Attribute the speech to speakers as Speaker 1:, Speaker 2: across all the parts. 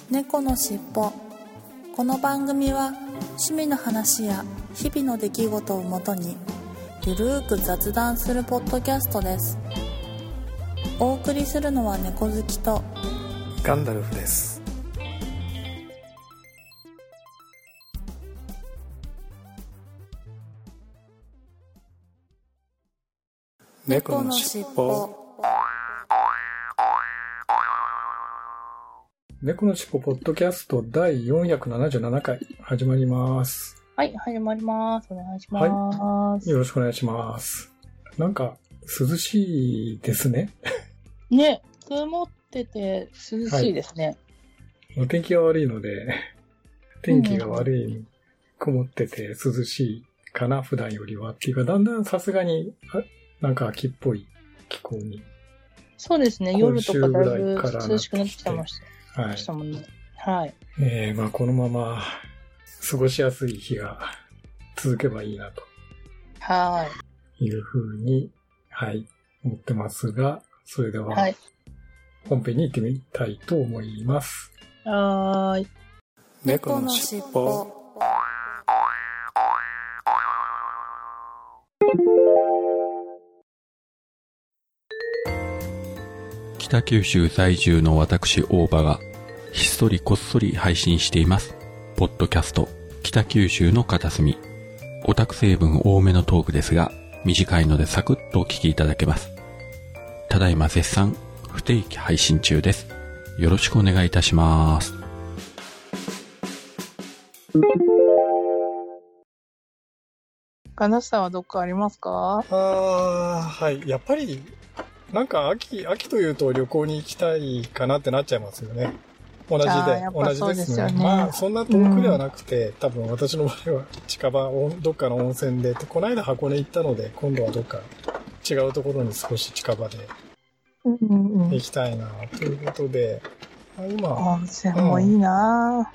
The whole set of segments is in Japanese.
Speaker 1: 猫のしっぽ。この番組は趣味の話や日々の出来事をもとにゆるーく雑談するポッドキャストです。お送りするのは猫好きと
Speaker 2: ガンダルフです。猫のしっぽ。猫のしっぽポッドキャスト第477回始まります。
Speaker 1: はい、始まります。お願いします。
Speaker 2: はい、よろしくお願いします。なんか涼しいですね。
Speaker 1: ね、曇ってて涼しいですね。
Speaker 2: はい、お天気が悪いので、天気が悪い、曇ってて涼しいかな、普段よりはっていうか、だんだんさすがになんか秋っぽい気候に。
Speaker 1: そうですね、夜とかだいぶ涼しくなってきてました。
Speaker 2: はい。
Speaker 1: したもんね。はい。
Speaker 2: まあこのまま過ごしやすい日が続けばいいなと。
Speaker 1: はい。
Speaker 2: いうふうに、はい、思ってますが、それでは、
Speaker 1: はい、
Speaker 2: 本編に行ってみたいと思います。
Speaker 1: はーい。
Speaker 2: 猫のしっぽ。
Speaker 3: 北九州在住の私大場がひっそりこっそり配信していますポッドキャスト北九州の片隅。オタク成分多めのトークですが短いのでサクッとお聞きいただけます。ただいま絶賛不定期配信中です。よろしくお願いいたします。
Speaker 1: ガナシさんはどっかありますか？
Speaker 2: はい。やっぱりなんか秋というと旅行に行きたいかなってなっちゃいますよね。同じですね。まあそんな遠くではなくて、多分私の場合は近場どっかの温泉で、この間箱根行ったので今度はどっか違うところに少し近場で行きたいなということで、今
Speaker 1: 温泉もいいな、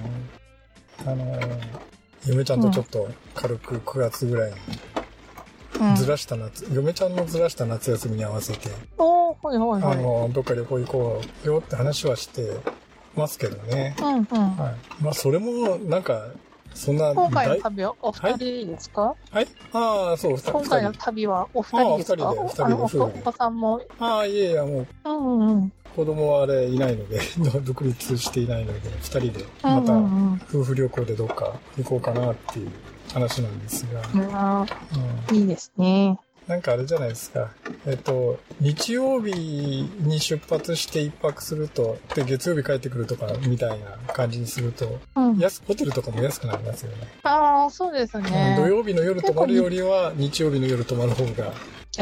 Speaker 2: 嫁ちゃんとちょっと軽く9月ぐらいにずらした嫁ちゃんのずらした夏休みに合わせて、どっか旅行行こうよって話はしてますけどね。はい。まあそれもなんかそんな
Speaker 1: 今回の旅はお二人ですか？
Speaker 2: はい。ああ、そう。
Speaker 1: 今回の旅はお二人ですか？
Speaker 2: 二人で。
Speaker 1: お子さんも。
Speaker 2: いやもう。子供はあれいないので独立していないので2人でまた夫婦旅行でどっか行こうかなっていう話なんですが、
Speaker 1: いいですね。
Speaker 2: なんかあれじゃないですか。日曜日に出発して一泊するとで月曜日帰ってくるとかみたいな感じにすると、ホテルとかも安くなりますよね。
Speaker 1: ああ、そうですね。
Speaker 2: 土曜日の夜泊まるよりは日曜日の夜泊まる方が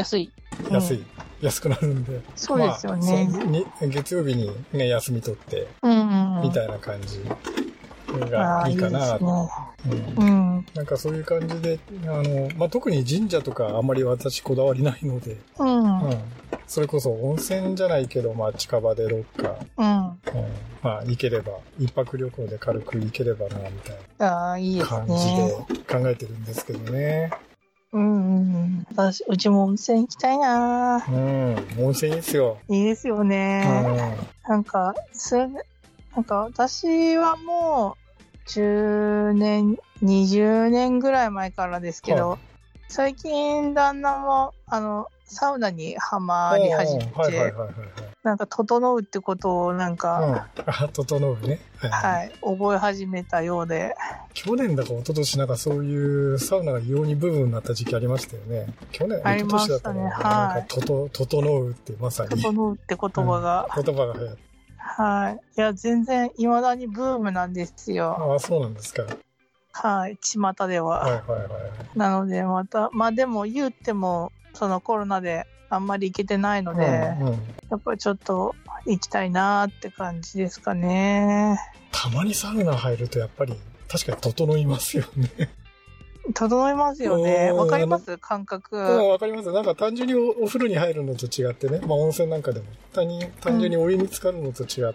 Speaker 2: 安くなるんで。
Speaker 1: そうですよね。
Speaker 2: 月曜日にね、休み取って、みたいな感じがいいかな。なんかそういう感じで、特に神社とかあんまり私こだわりないので、それこそ温泉じゃないけど、近場でどっか、行ければ、一泊旅行で軽く行ければな、みたいな感じで考えてるんですけどね。
Speaker 1: うちも温泉行きたいな。
Speaker 2: 温泉いいですよ。
Speaker 1: いいですよね。なんか私はもう10年、20年ぐらい前からですけど、最近旦那もサウナにハマり始めて、なんか整うってことを
Speaker 2: 整うね。
Speaker 1: はい、覚え始めたようで。
Speaker 2: 去年だか一昨年なんかそういうサウナが異様にブームになった時期ありましたよね。去年、
Speaker 1: ありましたね。はい。
Speaker 2: 整うってまさに。
Speaker 1: 整うって言葉が。
Speaker 2: 言葉が流行って。
Speaker 1: はい。いや、全然未だにブームなんですよ。
Speaker 2: ああ、そうなんですか。
Speaker 1: はい、巷では。なのでまた、でも言っても、そのコロナであんまり行けてないので、やっぱりちょっと行きたいなーって感じですかね。
Speaker 2: たまにサウナ入るとやっぱり確かに整いますよね。
Speaker 1: 整いますよね。わかります感覚。
Speaker 2: わかります。なんか単純にお風呂に入るのと違ってね、温泉なんかでも単純にお湯に浸かるのと違って、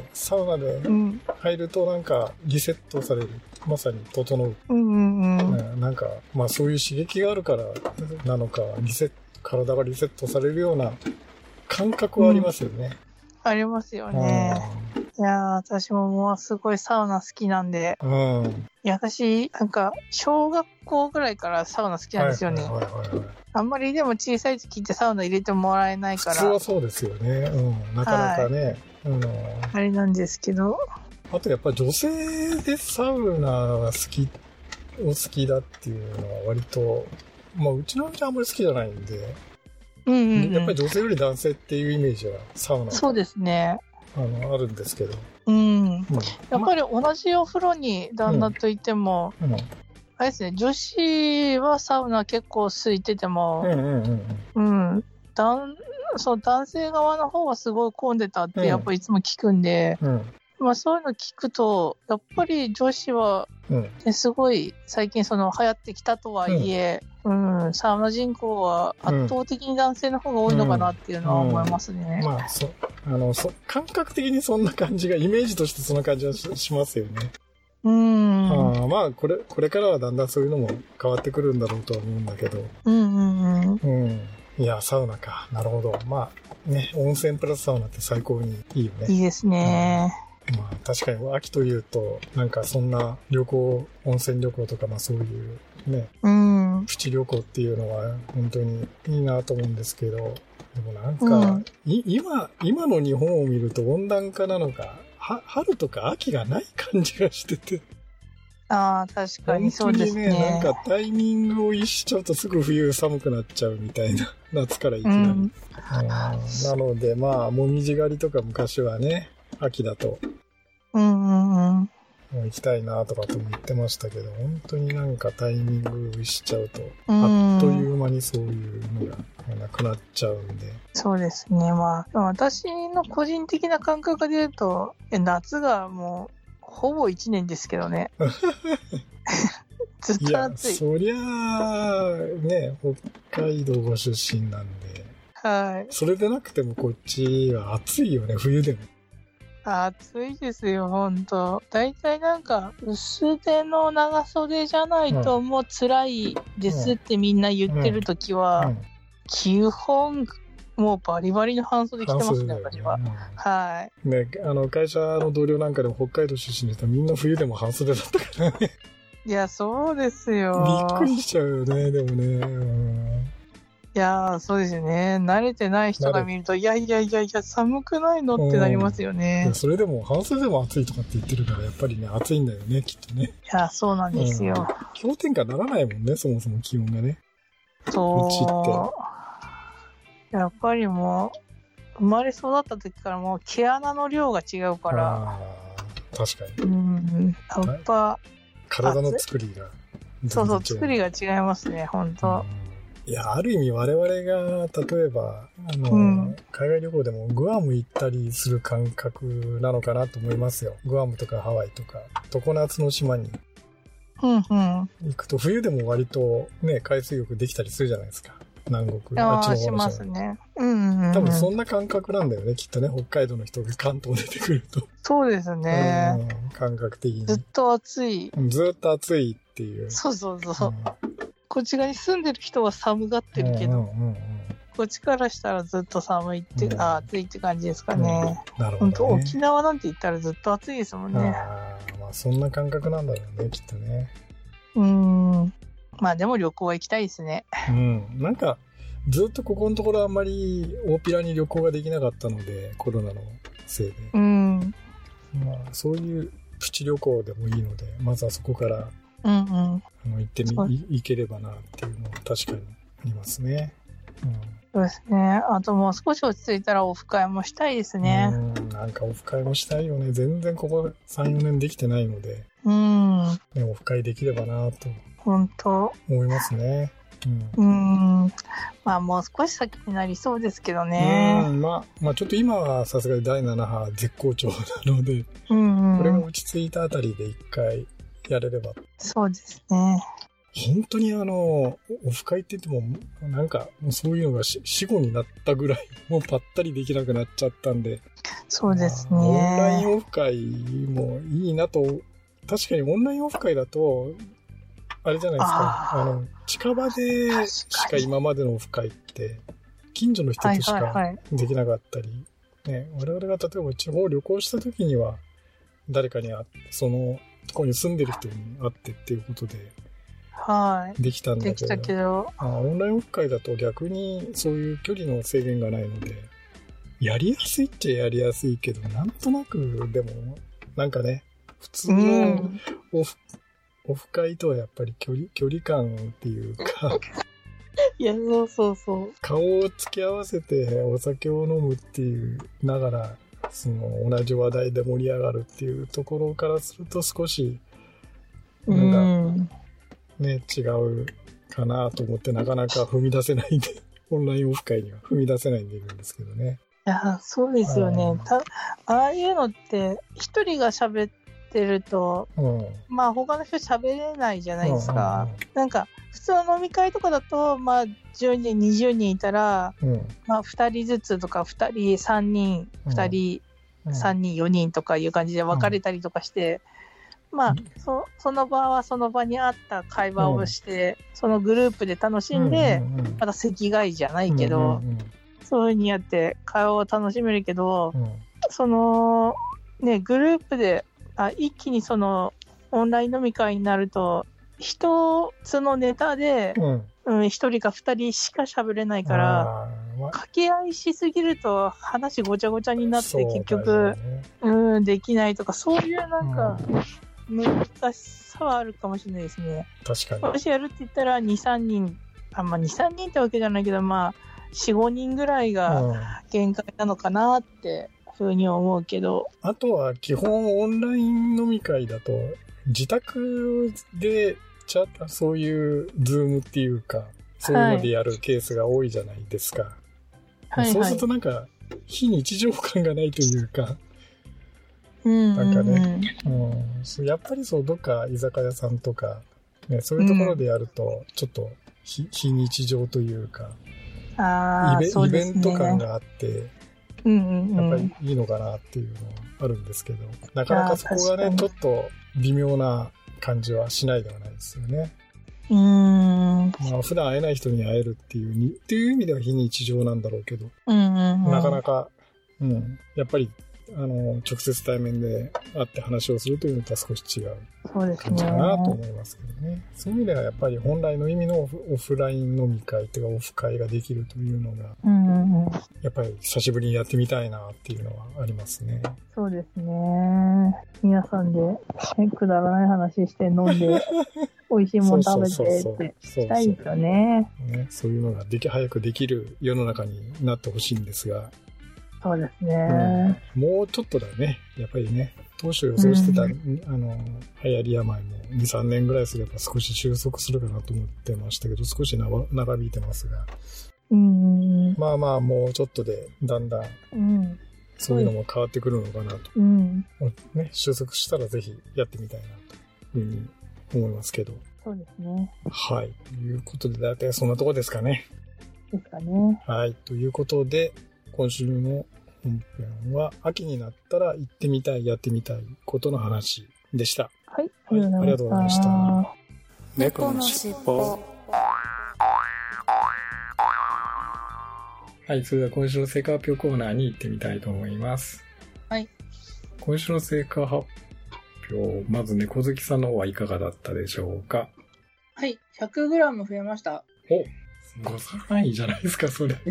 Speaker 2: サウナで入るとなんかリセットされる。まさに整う。なんか、そういう刺激があるからなのか、体がリセットされるような感覚はありますよね。
Speaker 1: ありますよね。 いやー、私ももうすごいサウナ好きなんで。
Speaker 2: うん。
Speaker 1: いや、私、なんか、小学校ぐらいからサウナ好きなんですよね。あんまりでも小さい時ってサウナ入れてもらえないから。
Speaker 2: 普通はそうですよね。うん。なかなかね。
Speaker 1: あれなんですけど。
Speaker 2: あとやっぱ女性でサウナが好きだっていうのは割と、まあうちの親はあんまり好きじゃないんで、やっぱり女性より男性っていうイメージはサウナ
Speaker 1: そうですね。
Speaker 2: あるんですけど。
Speaker 1: やっぱり同じお風呂に旦那といても、あれですね、女子はサウナ結構空いてても、男性側の方はすごい混んでたってやっぱいつも聞くんで、まあそういうの聞くと、やっぱり女子は、すごい最近流行ってきたとはいえ、サウナ人口は圧倒的に男性の方が多いのかなっていうのは思いますね。
Speaker 2: まあ感覚的にそんな感じが、イメージとしてそんな感じは しますよね。まあこれからはだんだんそういうのも変わってくるんだろうとは思うんだけど。いや、サウナか。なるほど。まあね、温泉プラスサウナって最高にいいよね。
Speaker 1: いいですね。
Speaker 2: まあ確かに秋というと、なんかそんな温泉旅行とか、まあそういうね、プチ旅行っていうのは本当にいいなと思うんですけど、でもなんか、今の日本を見ると温暖化なのか、春とか秋がない感じがしてて。
Speaker 1: ああ、確かにそうですね。
Speaker 2: なんかタイミングを逸しちゃうとすぐ冬寒くなっちゃうみたいな、夏からいきなり。なのでまあ、もみじ狩りとか昔はね、秋だと、行きたいなとかと言ってましたけど、本当になんかタイミングを逸しちゃうと、あっという間にそういうのがなくなっちゃうんで。
Speaker 1: そうですね。まあ、私の個人的な感覚で言うと、夏がもう、ほぼ1年ですけどね。ずっと暑い。
Speaker 2: そりゃあ、ね、北海道ご出身なんで。それでなくてもこっちは暑いよね、冬でも。
Speaker 1: 暑いですよ、ほんと。だいたいなんか、薄手の長袖じゃないともう辛いですってみんな言ってるときは、基本、もうバリバリの半袖着てますね、私は。
Speaker 2: ね、会社の同僚なんかでも北海道出身の人はみんな冬でも半袖だったからね。
Speaker 1: いや、そうですよ。
Speaker 2: びっくりしちゃうよね、でもね。
Speaker 1: いやー、そうですよね。慣れてない人が見ると、いや、寒くないのってなりますよね。
Speaker 2: それでも、半袖でも暑いとかって言ってるから、やっぱりね、暑いんだよね、きっとね。
Speaker 1: いや、そうなんですよ。
Speaker 2: 氷点下ならないもんね、そもそも気温がね。
Speaker 1: そう。うちって。やっぱりもう、生まれ育った時からもう毛穴の量が違うから。
Speaker 2: 確かに。
Speaker 1: やっぱ。
Speaker 2: 体の作りが。
Speaker 1: そう、作りが違いますね、本当。
Speaker 2: いや、ある意味我々が、例えば、海外旅行でもグアム行ったりする感覚なのかなと思いますよ。グアムとかハワイとか、常夏の島に行くと、冬でも割とね、海水浴できたりするじゃないですか。南国、あっちの方の島。
Speaker 1: しますね。
Speaker 2: 多分そんな感覚なんだよね、きっとね。北海道の人が関東出てくると。
Speaker 1: そうですね。
Speaker 2: 感覚的に。
Speaker 1: ずっと暑い。
Speaker 2: ずっと暑いっていう。
Speaker 1: そう。こっち側に住んでる人は寒がってるけど、こっちからしたらずっと寒いって、暑いって感じですかね。
Speaker 2: なるほど、ね。
Speaker 1: 本当沖縄なんて言ったらずっと暑いですもんね。
Speaker 2: まあそんな感覚なんだろうね、きっとね。
Speaker 1: まあでも旅行は行きたいですね。
Speaker 2: なんか、ずっとここのところあんまり大っぴらに旅行ができなかったので、コロナのせいで。まあそういうプチ旅行でもいいので、まずはそこから、行ければなっていうのは確かにありますね。
Speaker 1: そうですね。あともう少し落ち着いたらオフ会もしたいですね。
Speaker 2: なんかオフ会もしたいよね。全然ここ3、4年できてないので。オフ会できればなと。
Speaker 1: 本当。
Speaker 2: 思いますね。
Speaker 1: まあもう少し先になりそうですけどね。
Speaker 2: まあちょっと今はさすがに第7波絶好調なので、これが落ち着いたあたりで一回やれれば。
Speaker 1: そうですね。
Speaker 2: 本当にオフ会って言っても、なんかそういうのが死後になったぐらい、もうぱったりできなくなっちゃったんで。
Speaker 1: そうですね。
Speaker 2: オンラインオフ会もいいなと、確かにオンラインオフ会だと、あれじゃないですか。近場でしか今までのオフ会って、近所の人としかできなかったりね、我々が例えば地方旅行した時には、誰かにそのとこに住んでる人に会ってっていうことで、
Speaker 1: はい。
Speaker 2: できたんだけど。
Speaker 1: できたけど。
Speaker 2: オンラインオフ会だと逆にそういう距離の制限がないので、やりやすいっちゃやりやすいけど、なんとなくでも、なんかね、普通のオフ会とはやっぱり距離感っていうか、
Speaker 1: いや、そう。
Speaker 2: 顔を突き合わせてお酒を飲むっていうながら、その同じ話題で盛り上がるっていうところからすると少し、なんか、ね、違うかなと思ってなかなか踏み出せないんで、オンラインオフ会には踏み出せないんでいるんですけどね。
Speaker 1: いや、そうですよね。ああいうのって、一人が喋ってると、まあ他の人喋れないじゃないですか。なんか、普通の飲み会とかだと、まあ10人、20人いたら、まあ2人ずつとか、2人、3人、2人、3人、4人とかいう感じで分かれたりとかして、まあ、その場はその場に合った会話をして、そのグループで楽しんで、また席替えじゃないけど、そういう風にやって会話を楽しめるけど、その、ね、グループで、一気にその、オンライン飲み会になると、一つのネタで、一人か二人しか喋れないから、掛け合いしすぎると話ごちゃごちゃになって結局、できないとか、そういうなんか、難しさはあるかもしれないですね。
Speaker 2: 確かに。
Speaker 1: もしやるって言ったら2、3人、まあ2、3人ってわけじゃないけど、まあ4、5人ぐらいが限界なのかなってふうに思うけど。
Speaker 2: あとは基本オンライン飲み会だと、自宅でそういうズームっていうか、そういうのでやるケースが多いじゃないですか。そうするとなんか、非日常感がないというか、なんかね、やっぱりどっか居酒屋さんとか、ね、そういうところでやると、ちょっと非日常というか、イベント感があって、やっぱりいいのかなっていうのはあるんですけど、なかなかそこがね、ちょっと微妙な感じはしないではないですよね。まあ普段会えない人に会えるっていう意味では非日常なんだろうけど、なかなか、やっぱり直接対面で会って話をするというのとは少し違う感じかなと思いますけどね。そういう意味ではやっぱり本来の意味のオフライン飲み会というかオフ会ができるというのが、やっぱり久しぶりにやってみたいなっていうのはありますね。
Speaker 1: そうですね。皆さんで、くだらない話して飲んで、美味しいもの食べてってしたいですよね。
Speaker 2: そういうのが早くできる世の中になってほしいんですが、
Speaker 1: そうですね、
Speaker 2: もうちょっとだね。やっぱりね、当初予想してた、流行り病も2、3年ぐらいすれば少し収束するかなと思ってましたけど、少し長引いてますが。まあまあ、もうちょっとで、だんだん、そういうのも変わってくるのかなと。ね、収束したらぜひやってみたいなというふうに思いますけど。
Speaker 1: そうですね。
Speaker 2: はい。ということで、だいたいそんなとこですかね。
Speaker 1: ですかね。
Speaker 2: はい。ということで、今週の本編は秋になったら行ってみたい、やってみたいことの話でした。
Speaker 1: はい、
Speaker 2: ありがとうございました。
Speaker 1: 猫のしっぽ。
Speaker 2: はい、それでは今週の成果発表コーナーに行ってみたいと思います。
Speaker 1: はい。
Speaker 2: 今週の成果発表、まず猫好きさんの方はいかがだったでしょうか。
Speaker 1: はい、100g 増えました。
Speaker 2: 誤差範囲じゃないですか、それ。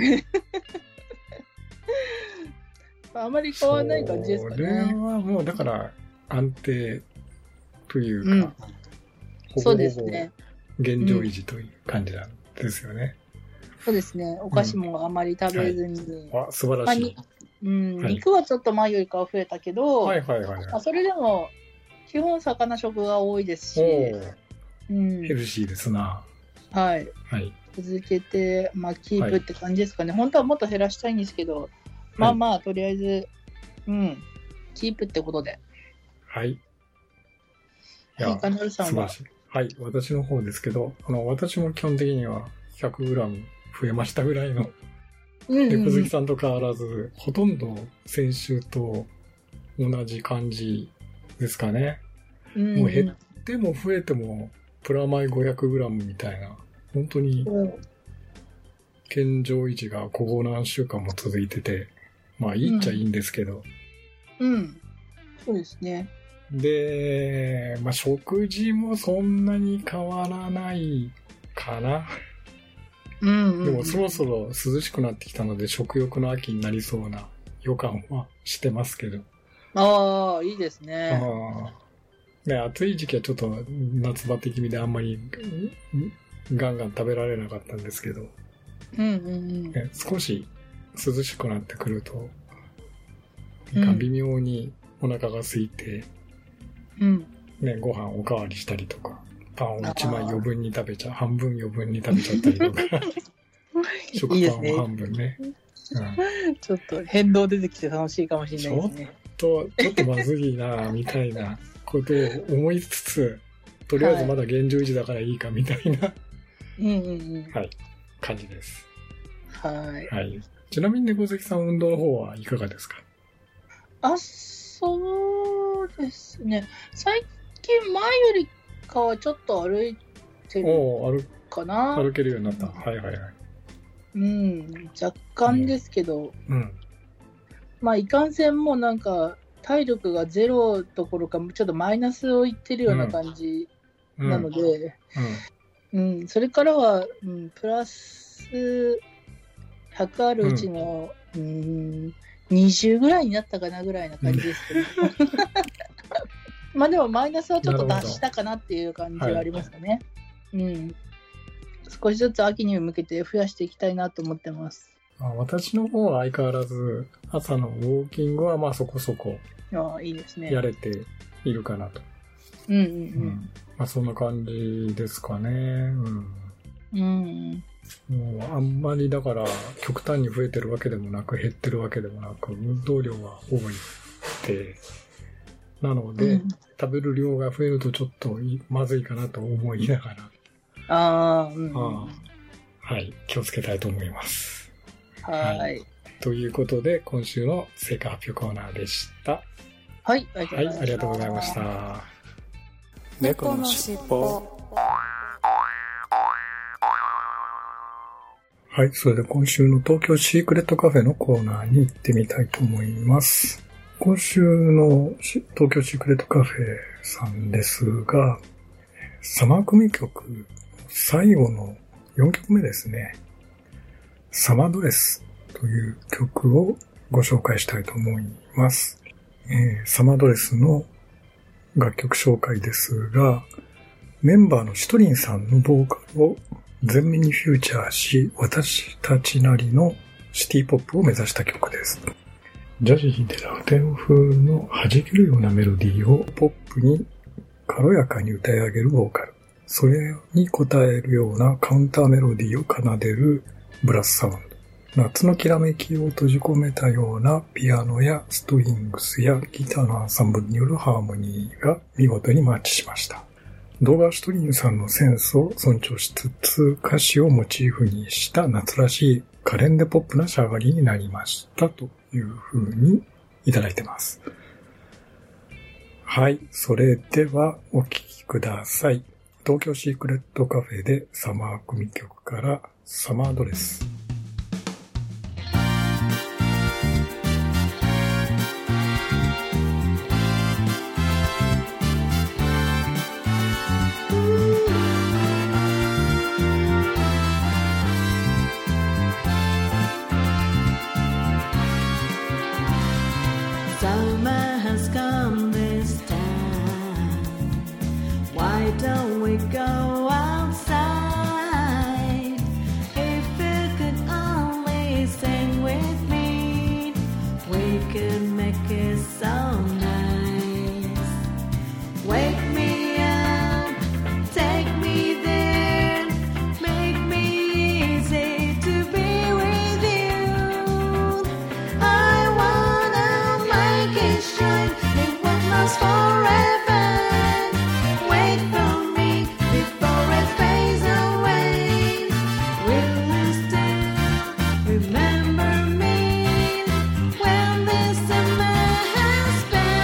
Speaker 1: あまり変わらない感じですかね。
Speaker 2: それはもうだから安定というか、
Speaker 1: そうですね。
Speaker 2: 現状維持という感じなんですよね。
Speaker 1: そうですね。お菓子もあまり食べずに。
Speaker 2: 素晴らしい。
Speaker 1: 肉はちょっと前よりかは増えたけど、それでも基本魚食が多いですし、
Speaker 2: ヘルシーですな。
Speaker 1: はい。続けて、キープって感じですかね。本当はもっと減らしたいんですけど、とりあえず、キープってことで。
Speaker 2: はい。いや、
Speaker 1: カナルさんは。
Speaker 2: はい、私の方ですけど、私も基本的には 100g 増えましたぐらいの、猫好きさんと変わらず、ほとんど先週と同じ感じですかね。もう減っても増えても、プラマイ 500g みたいな、本当に、現状維持がここ何週間も続いてて、 まあいいっちゃいいんですけど。
Speaker 1: そうですね。
Speaker 2: で、まあ食事もそんなに変わらないかな。でもそろそろ涼しくなってきたので食欲の秋になりそうな予感はしてますけど。
Speaker 1: ああ、いいですね。
Speaker 2: ね、暑い時期はちょっと夏バテ気味であんまりガンガン食べられなかったんですけど、ね、少し涼しくなってくると、なんか微妙にお腹が空いて、ね、ご飯おかわりしたりとか、パンを1枚余分に食べちゃう、半分余分に食べちゃったりとか、食パンを半分ね。
Speaker 1: ちょっと変動出てきて楽しいかもしれないですね。
Speaker 2: ちょっとまずいなみたいなことを思いつつ、とりあえずまだ現状維持だからいいかみたいな、はい、感じです。はい。ちなみに猫関さん、運動の方はいかがですか？
Speaker 1: そうですね。最近前よりかはちょっと歩いてるかな。
Speaker 2: 歩けるようになった。はい。
Speaker 1: 若干ですけど、まあいかんせんもうなんか体力がゼロどころかちょっとマイナスをいってるような感じなので、それからは、プラス100あるうちの、20ぐらいになったかなぐらいな感じですけど。まあでもマイナスはちょっと脱したかなっていう感じはありますかね。少しずつ秋に向けて増やしていきたいなと思ってます。
Speaker 2: 私の方は相変わらず朝のウォーキングはまあそこそこ
Speaker 1: いいですね。
Speaker 2: やれているかなと。まあそんな感じですかね。もうあんまりだから極端に増えてるわけでもなく減ってるわけでもなく運動量は多いってなので、食べる量が増えるとちょっとまずいかなと思いながらはい、気をつけたいと思います。はい。ということで今週の成果発表コーナーでした。
Speaker 1: はい、
Speaker 2: ありがとうございました。猫のしっぽ。はい、それで今週の東京シークレットカフェのコーナーに行ってみたいと思います。今週の東京シークレットカフェさんですが、サマー組曲最後の4曲目ですね。サマードレスという曲をご紹介したいと思います。サマードレスの楽曲紹介ですが、メンバーのシトリンさんのボーカルを前面にフューチャーし、私たちなりのシティポップを目指した曲です。ジャジーでラテン風の弾けるようなメロディーをポップに軽やかに歌い上げるボーカル。それに応えるようなカウンターメロディーを奏でるブラスサウンド。夏のきらめきを閉じ込めたようなピアノやストリングスやギターのアンサンブルによるハーモニーが見事にマッチしました。動画はシトリンさんのセンスを尊重しつつ歌詞をモチーフにした夏らしい可憐でポップな仕上がりになりましたという風にいただいてます。はい、それではお聴きください。東京シークレットカフェでサマー組曲からサマードレス。
Speaker 4: Summer has come this time. Why don't we go outside? If you could only sing with me, we could make it so nice. Wake me up, take me there, make me easy to be with you. I wanna make it shine, it won't last forever. Wait for me before it fades away. Will you still remember me when this summer has passed?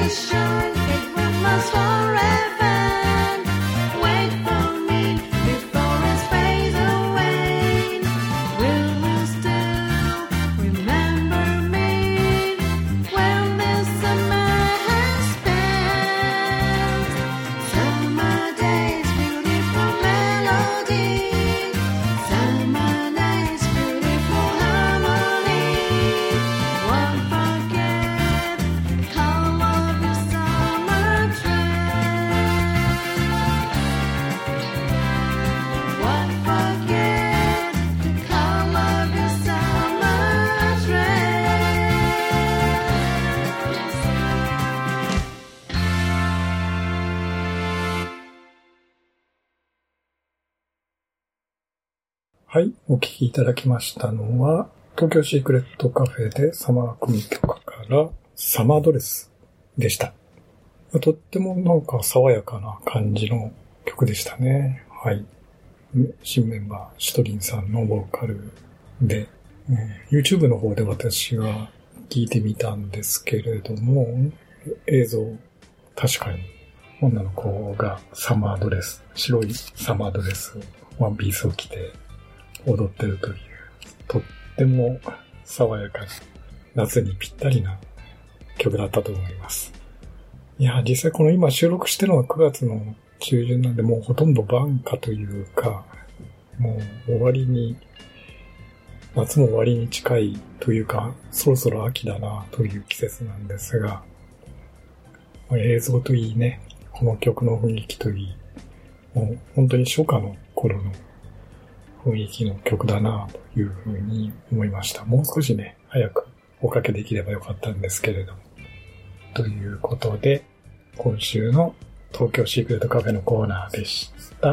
Speaker 2: はい、お聴きいただきましたのは、東京シークレットカフェでサマー組曲からサマードレスでした。とってもなんか爽やかな感じの曲でしたね。はい。新メンバー、シトリンさんのボーカルで、YouTube の方で私は聞いてみたんですけれども、映像、確かに女の子がサマードレス、白いサマードレス、ワンピースを着て踊ってるという、とっても爽やかな、夏にぴったりな曲だったと思います。いや、実際この今収録してるのは9月の中旬なんで、もうほとんど晩夏というか、もう終わりに、夏も終わりに近いというか、そろそろ秋だなという季節なんですが、映像といいね、この曲の雰囲気といい、もう本当に初夏の頃の雰囲気の曲だなというふうに思いました。もう少しね、早くおかけできればよかったんですけれども。ということで、今週の東京シークレットカフェのコーナーでした。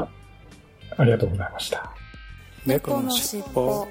Speaker 2: ありがとうございました。
Speaker 1: 猫のしっぽ。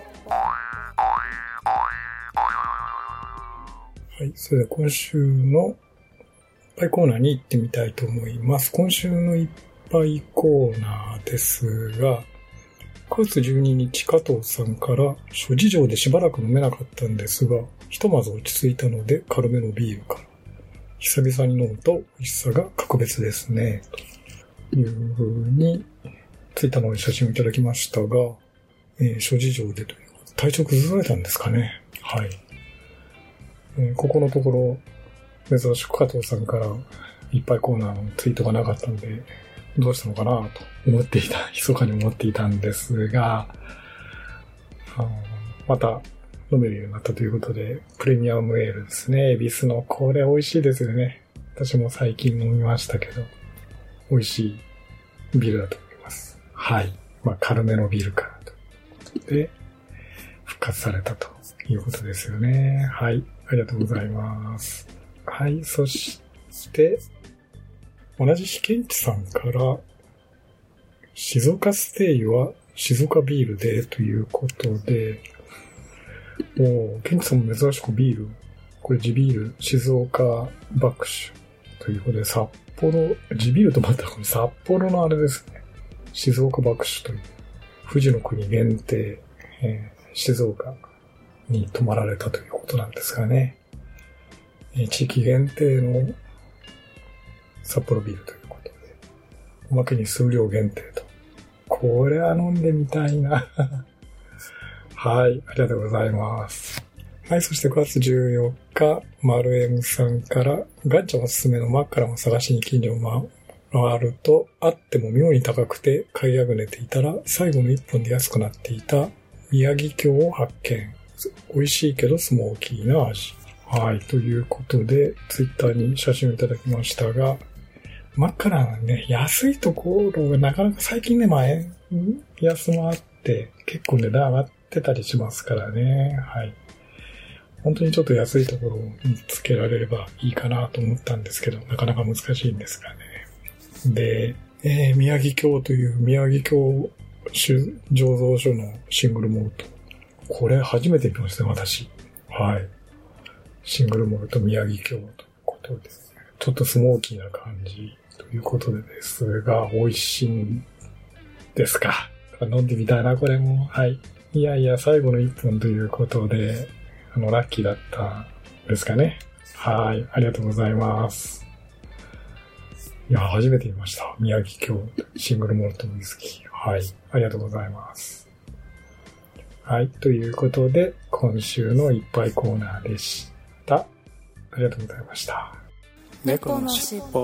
Speaker 2: はい、それでは今週のいっぱいコーナーに行ってみたいと思います。今週のいっぱいコーナーですが、9月12日加藤さんから諸事情でしばらく飲めなかったんですが、ひとまず落ち着いたので軽めのビールから。久々に飲むと美味しさが格別ですね。という風にツイッターの写真をいただきましたが、諸事情でという体調崩されたんですかね。はい。ここのところ珍しく加藤さんからいっぱいコーナーのツイートがなかったんで、どうしたのかなと思っていた、密かに思っていたんですが、また飲めるようになったということで、プレミアムエールですね。エビスの、これ美味しいですよね。私も最近飲みましたけど、美味しいビールだと思います。はい。軽めのビールからということで、復活されたということですよね。はい。ありがとうございます。はい。そして、同じ非検知さんから、静岡ステイは静岡ビールでということで、もう、ケンチさんも珍しくビール、これ地ビール、静岡爆酒ということで、札幌、地ビールとまたこれ札幌のあれですね、静岡爆酒という、富士の国限定、静岡に泊まられたということなんですがね、地域限定の札幌ビールということで、おまけに数量限定と。これは飲んでみたいな。はい、ありがとうございます。はい、そして9月14日、丸 M さんから、ガンチャおすすめのマッカランを探しに近所を回ると、あっても妙に高くて買いあぐねていたら、最後の1本で安くなっていた宮城郷を発見。美味しいけどスモーキーな味。はい、ということで、ツイッターに写真をいただきましたが、マッカランはね、安いところがなかなか最近ね、安もあって、結構値段上がってたりしますからね。はい。本当にちょっと安いところを見つけられればいいかなと思ったんですけど、なかなか難しいんですがね。で、宮城郷という宮城郷醸造所のシングルモルト。これ初めて見ましたね、私。はい。シングルモルト宮城郷ということで、ちょっとスモーキーな感じということでですが、美味しいんですか。飲んでみたいな、これも。はい。いやいや、最後の1本ということで、ラッキーだったですかね。はい。ありがとうございます。 いや、初めて見ました。宮城京シングルモルトウイスキー。はい。ありがとうございます。はい。ということで、今週のいっぱいコーナーでした。ありがとうございました。
Speaker 1: 猫のしっぽ。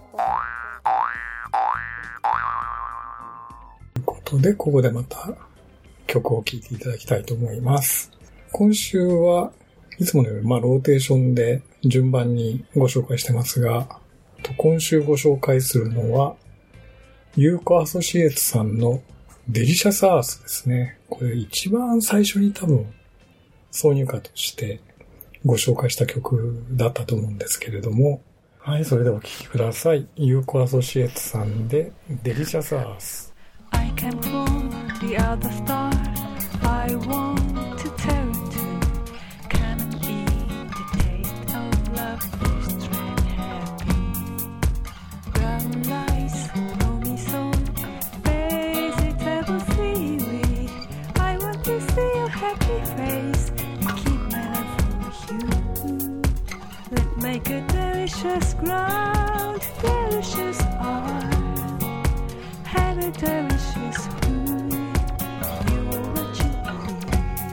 Speaker 2: ということで、ここでまた曲を聴いていただきたいと思います。今週はいつものように、ローテーションで順番にご紹介してますが、今週ご紹介するのは、ユーコアソシエイツさんのデリシャスアースですね。これ一番最初に多分挿入歌としてご紹介した曲だったと思うんですけれども、はい、それではお聴きください。ユーコアソシエイツさんでデリシャスアース。
Speaker 4: I can pull the other star I want to tell you to come and eat the taste of love fish and happy brown rice no miso vegetable seaweed I want to see your happy face keep my love for you let's make a delicious ground delicious art have a delicious food. You are what you eat.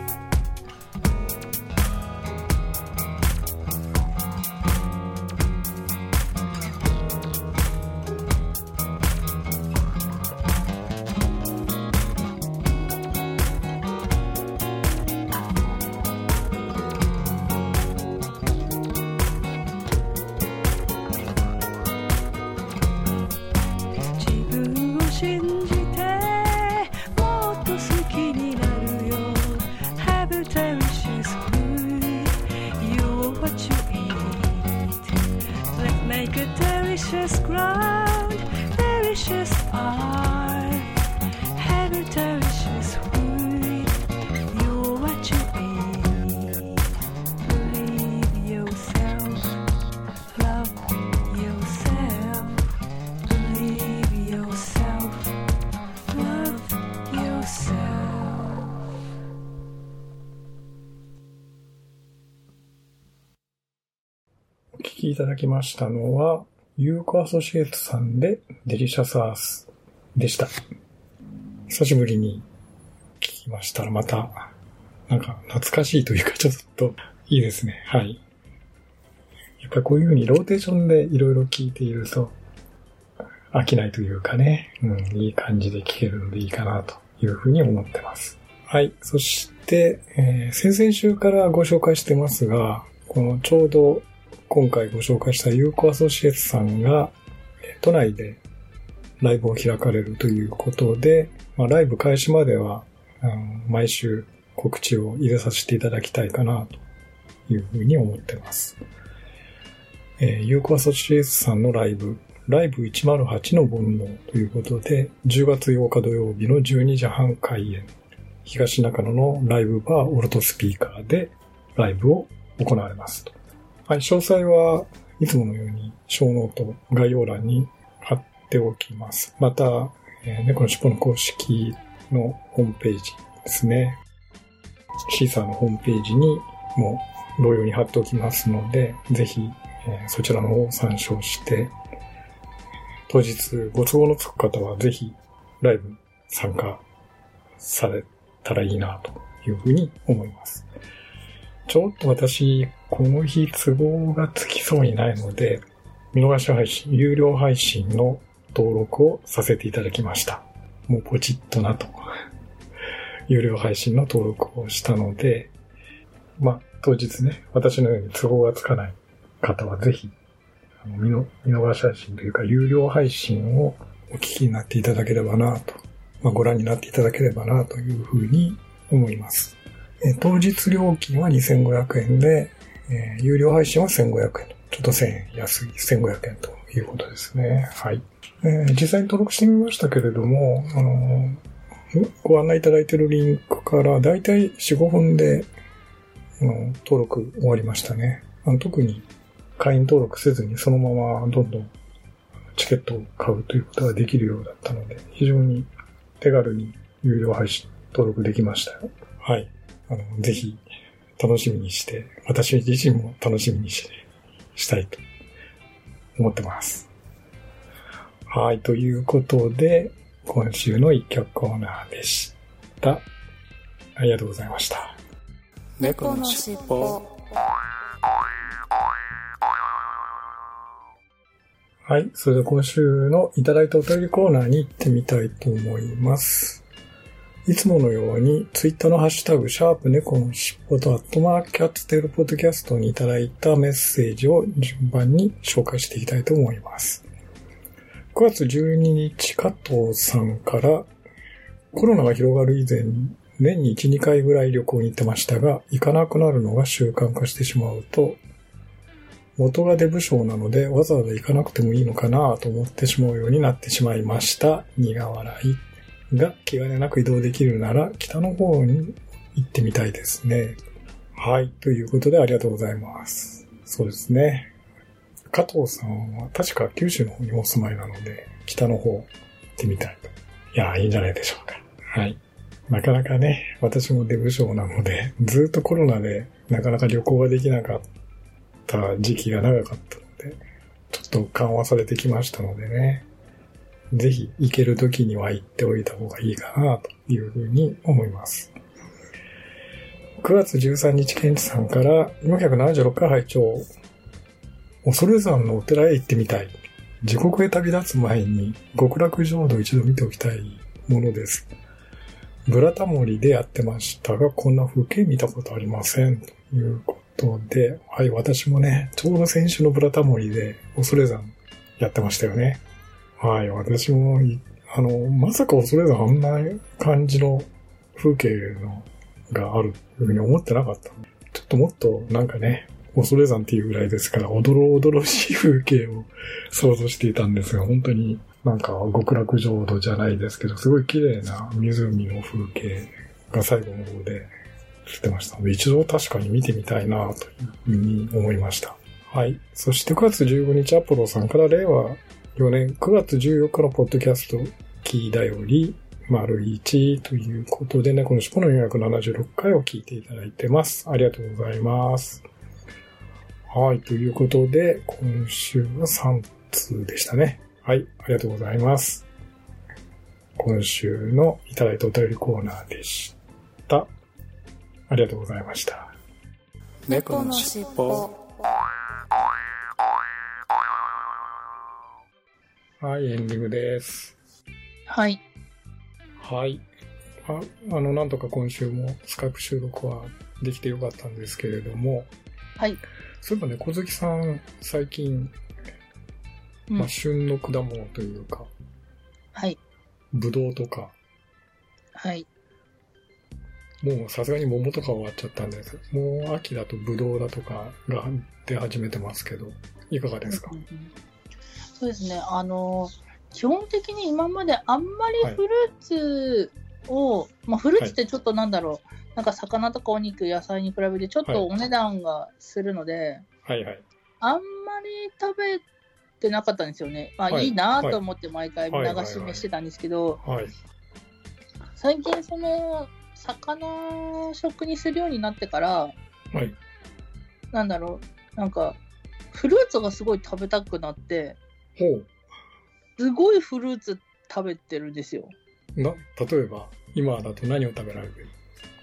Speaker 4: 信じてもっと好きになるよ Have a delicious food You're what you eat Let's make a delicious ground Delicious art Have a delicious food You're what you eat Believe yourself Love yourself Believe yourself.Love yourself.
Speaker 2: お聴きいただきましたのは、ユーコアソシエイツさんでデリシャスアースでした。久しぶりに聴きましたらまた、なんか懐かしいというかちょっといいですね。はい。やっぱりこういう風にローテーションでいろいろ聴いていると、飽きないというかね、いい感じで聴けるのでいいかなというふうに思ってます。はい。そして、先々週からご紹介してますが、このちょうど今回ご紹介したユーコアソシエイツさんが都内でライブを開かれるということで、ライブ開始までは毎週告知を入れさせていただきたいかなというふうに思ってます。ユーコアソシエイツさんのライブ108の煩悩ということで、10月8日土曜日の12時半開演、東中野のライブバーオルトスピーカーでライブを行われますと。はい、詳細はいつものように小ノート概要欄に貼っておきます。また、猫のしっぽの公式のホームページですね。シーサーのホームページにも同様に貼っておきますので、ぜひ、そちらの方を参照して、当日ご都合のつく方はぜひライブ参加されたらいいなというふうに思います。ちょっと私この日都合がつきそうにないので、見逃し配信、有料配信の登録をさせていただきました。もうポチッとなと有料配信の登録をしたので、当日ね、私のように都合がつかない方はぜひ見逃し配信というか有料配信をお聞きになっていただければなと、ご覧になっていただければなというふうに思います。当日料金は2500円で、有料配信は1500円と、ちょっと1000円安い1500円ということですね。はい。実際に登録してみましたけれども、ご案内いただいているリンクからだいたい 4,5 分で登録終わりましたね。特に会員登録せずにそのままどんどんチケットを買うということができるようだったので、非常に手軽に有料配信登録できましたよ。はい。ぜひ楽しみにして、私自身も楽しみにしたいと思ってます。 はい、ということで、今週の一曲コーナーでした。ありがとうございました。
Speaker 1: 猫のしっぽ。
Speaker 2: はい、それでは今週のいただいたお便りコーナーに行ってみたいと思います。いつものようにツイッターのハッシュタグシャープ猫のしっぽとキャッツテールポッドキャストにいただいたメッセージを順番に紹介していきたいと思います。9月12日加藤さんから、コロナが広がる以前年に 1,2 回ぐらい旅行に行ってましたが、行かなくなるのが習慣化してしまうと、元がデブ症なのでわざわざ行かなくてもいいのかなと思ってしまうようになってしまいました。苦笑いが気兼ねなく移動できるなら北の方に行ってみたいですね。はい。ということでありがとうございます。そうですね。加藤さんは確か九州の方にお住まいなので、北の方行ってみたいと。いや、いいんじゃないでしょうか。はい。なかなかね、私もデブ症なので、ずっとコロナでなかなか旅行ができなかった時期が長かったので、ちょっと緩和されてきましたのでね、ぜひ行ける時には行っておいた方がいいかなというふうに思います。9月13日ケンチさんから476回拝聴。恐山のお寺へ行ってみたい。地獄へ旅立つ前に極楽浄土を一度見ておきたいものです。ブラタモリでやってましたが、こんな風景見たことありません。ということで、はい、私もね、ちょうど先週のブラタモリで恐山やってましたよね。はい、私も、まさか恐山あんな感じの風景のがあるというふうに思ってなかった。ちょっともっとなんかね、恐山っていうぐらいですから、おどろおどろしい風景を想像していたんですが、本当になんか極楽浄土じゃないですけど、すごい綺麗な湖の風景が最後の方で出てましたので、一度確かに見てみたいなというふうに思いました。はい。そして9月15日アポロさんから令和4年9月14日のポッドキャストキーだより丸1ということでね、このしっぽの476回を聞いていただいてます。ありがとうございます。はい。ということで、今週は3通でしたね。はい。ありがとうございます。今週のいただいたお便りコーナーでした。ありがとうございました。
Speaker 1: 猫のしっぽ。
Speaker 2: はい、エンディングです。
Speaker 1: はい。
Speaker 2: はい。なんとか今週もスカイプ収録はできてよかったんですけれども。
Speaker 1: はい。
Speaker 2: そういえばね、小月さん、最近、旬の果物というか。
Speaker 1: はい。
Speaker 2: ぶどうとか。
Speaker 1: はい。
Speaker 2: もうさすがに桃とか終わっちゃったんです。もう秋だとぶどうだとかが出始めてますけど、いかがですか？
Speaker 1: そうですね。基本的に今まであんまりフルーツを、フルーツってちょっとなんだろう、なんか魚とかお肉、野菜に比べてちょっとお値段がするので、
Speaker 2: はいはい。
Speaker 1: あんまり食べてなかったんですよね。いいなと思って毎回見流し目してたんですけど、最近その魚食にするようになってから、なんだろう、なんかフルーツがすごい食べたくなって、すごいフルーツ食べてるんですよ。
Speaker 2: 例えば今だと何を食べられてる？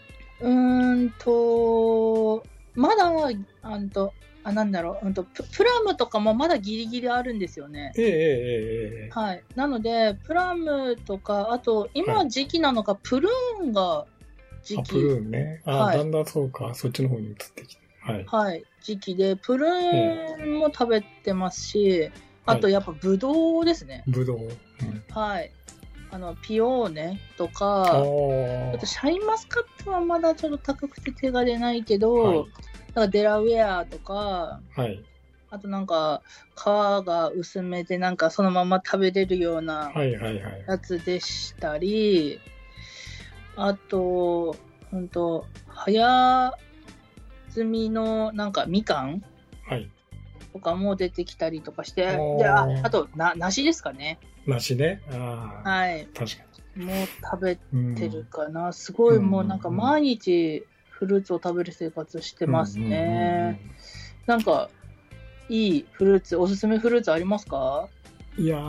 Speaker 1: まだなんだろう、プラムとかもまだギリギリあるんですよね。はい。なのでプラムとか、あと今時期なのか、プルーンが時期。プルーンね。だんだんそうか、そっちの方に移ってきて。はい。時期でプルーンも食べてますし、あとやっぱブドウですね。ブドウ。はい。ピオーネとか、あとシャインマスカットはまだちょっと高くて手が出ないけど、なんかデラウェアとか、あとなんか皮が薄めでなんかそのまま食べれるようなやつでしたり、あと早摘みのなんかみかんとかも出てきたりとかして、であと梨ですかね。梨ね。はい。確かに。もう食べてるかな。すごいもうなんか毎日フルーツを食べる生活してますね。なんかいいフルーツ、おすすめフルーツありますか？
Speaker 2: いや、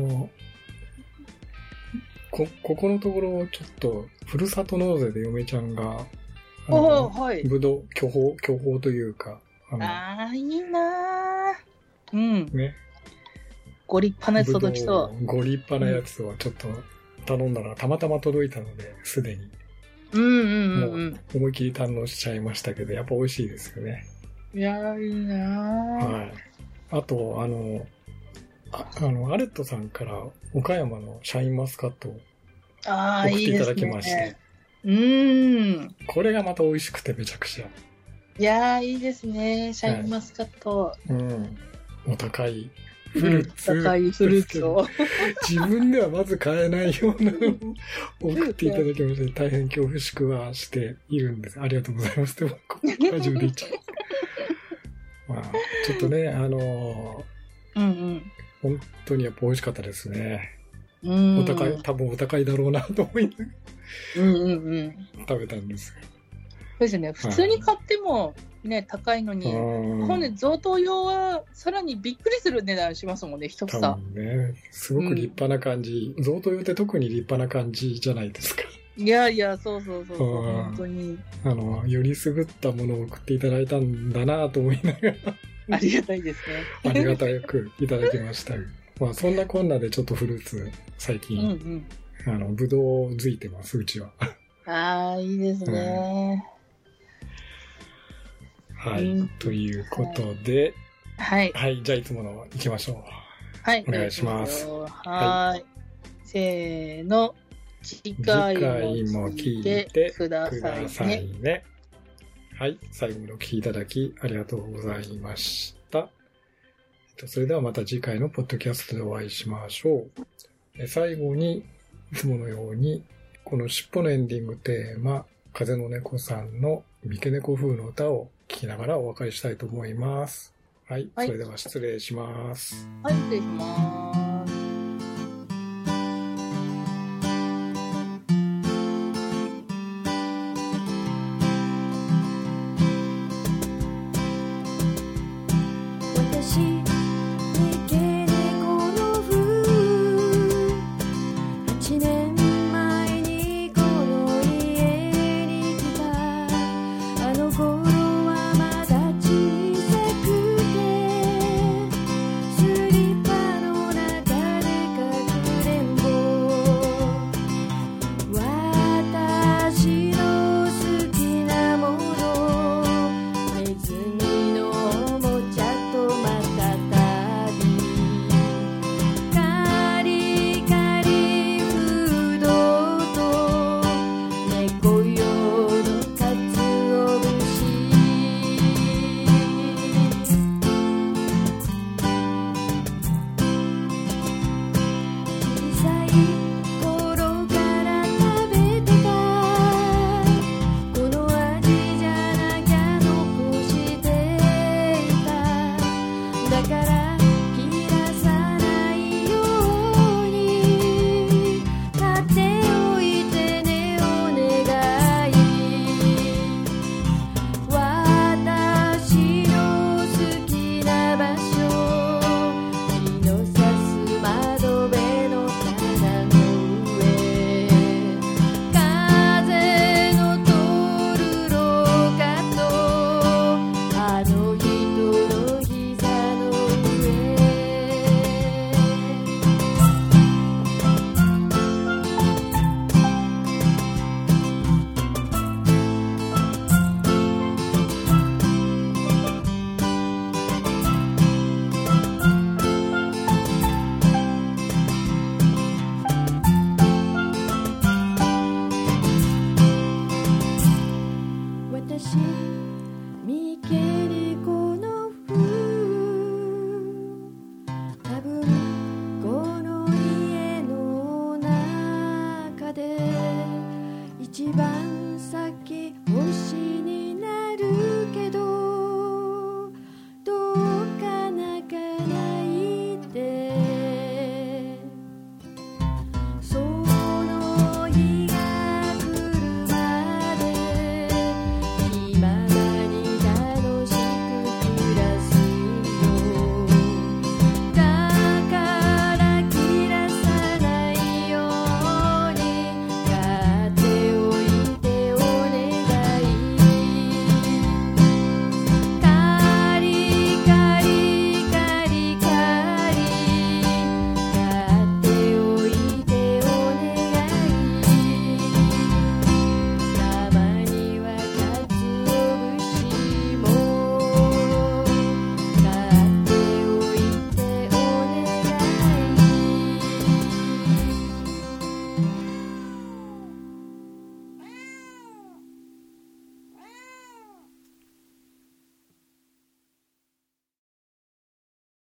Speaker 2: ここのところちょっと、ふるさと納税で嫁ちゃんが、
Speaker 1: はい。
Speaker 2: ぶどう、巨峰というか、
Speaker 1: いいなぁ。うん。ね。ご立派なやつ届きそう。
Speaker 2: ご立派なやつをちょっと頼んだら、たまたま届いたので、すでに。
Speaker 1: もう、
Speaker 2: 思い切り堪能しちゃいましたけど、やっぱ美味しいですよね。
Speaker 1: いやー、いいなぁ。
Speaker 2: はい。あと、アレットさんから岡山のシャインマスカットを送っていただきまして。これがまた美味しくてめちゃくちゃ。
Speaker 1: いやー、いいですね。シャインマスカット。
Speaker 2: お高いフルーツ。
Speaker 1: 高いフルーツを。
Speaker 2: 自分ではまず買えないようなのを送っていただきまして、大変恐怖縮はしているんです。ありがとうございます。でも、ラジオで言っちゃう。まあ、ちょっとね、本当にやっぱ美味しかったですね。多分お高いだろうなと思いながら食べたんですが。
Speaker 1: そうですね。普通に買ってもね、高いのに、贈答用はさらにびっくりする値段しますもんね、一房。
Speaker 2: 多分ね、すごく立派な感じ。贈答用って特に立派な感じじゃないですか。
Speaker 1: いやいや、そう、本当に。
Speaker 2: よりすぐったものを送っていただいたんだなと思いながら。
Speaker 1: ありがたいですね。
Speaker 2: ありがたくいただきました。まあそんなこんなでちょっとフルーツ最近、ぶどうづいてます、うちは。
Speaker 1: いいですね。
Speaker 2: はい、ということで、
Speaker 1: はい、
Speaker 2: じゃあいつもの行きましょう。
Speaker 1: はい、
Speaker 2: お願いします。
Speaker 1: はい。せーの、次回も聞いてくださいね。
Speaker 2: はい、最後までお聞きいただきありがとうございました。それではまた次回のポッドキャストでお会いしましょう。最後に、いつものように、この尻尾のエンディングテーマ、風の猫さんの三毛猫風の歌を聴きながらお別れしたいと思います。はい、それでは失礼します。
Speaker 1: はい、失礼します。